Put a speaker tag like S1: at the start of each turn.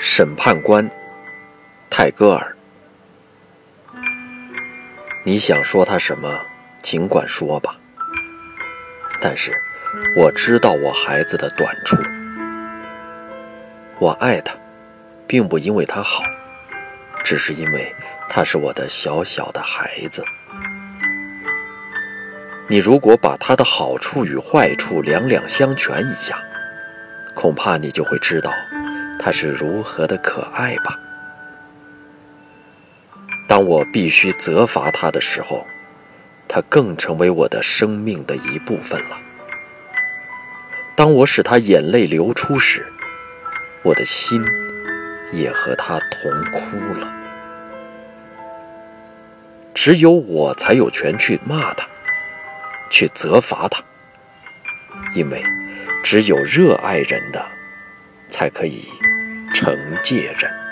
S1: 审判官泰戈尔。你想说他什么，尽管说吧。但是我知道我孩子的短处。我爱他，并不因为他好，只是因为他是我的小小的孩子。你如果把他的好处与坏处两两相权一下，恐怕你就会知道他是如何的可爱吧。当我必须责罚他的时候，他更成为我的生命的一部分了。当我使他眼泪流出时，我的心也和他同哭了。只有我才有权去骂他，去责罚他，因为只有热爱人的才可以惩戒人。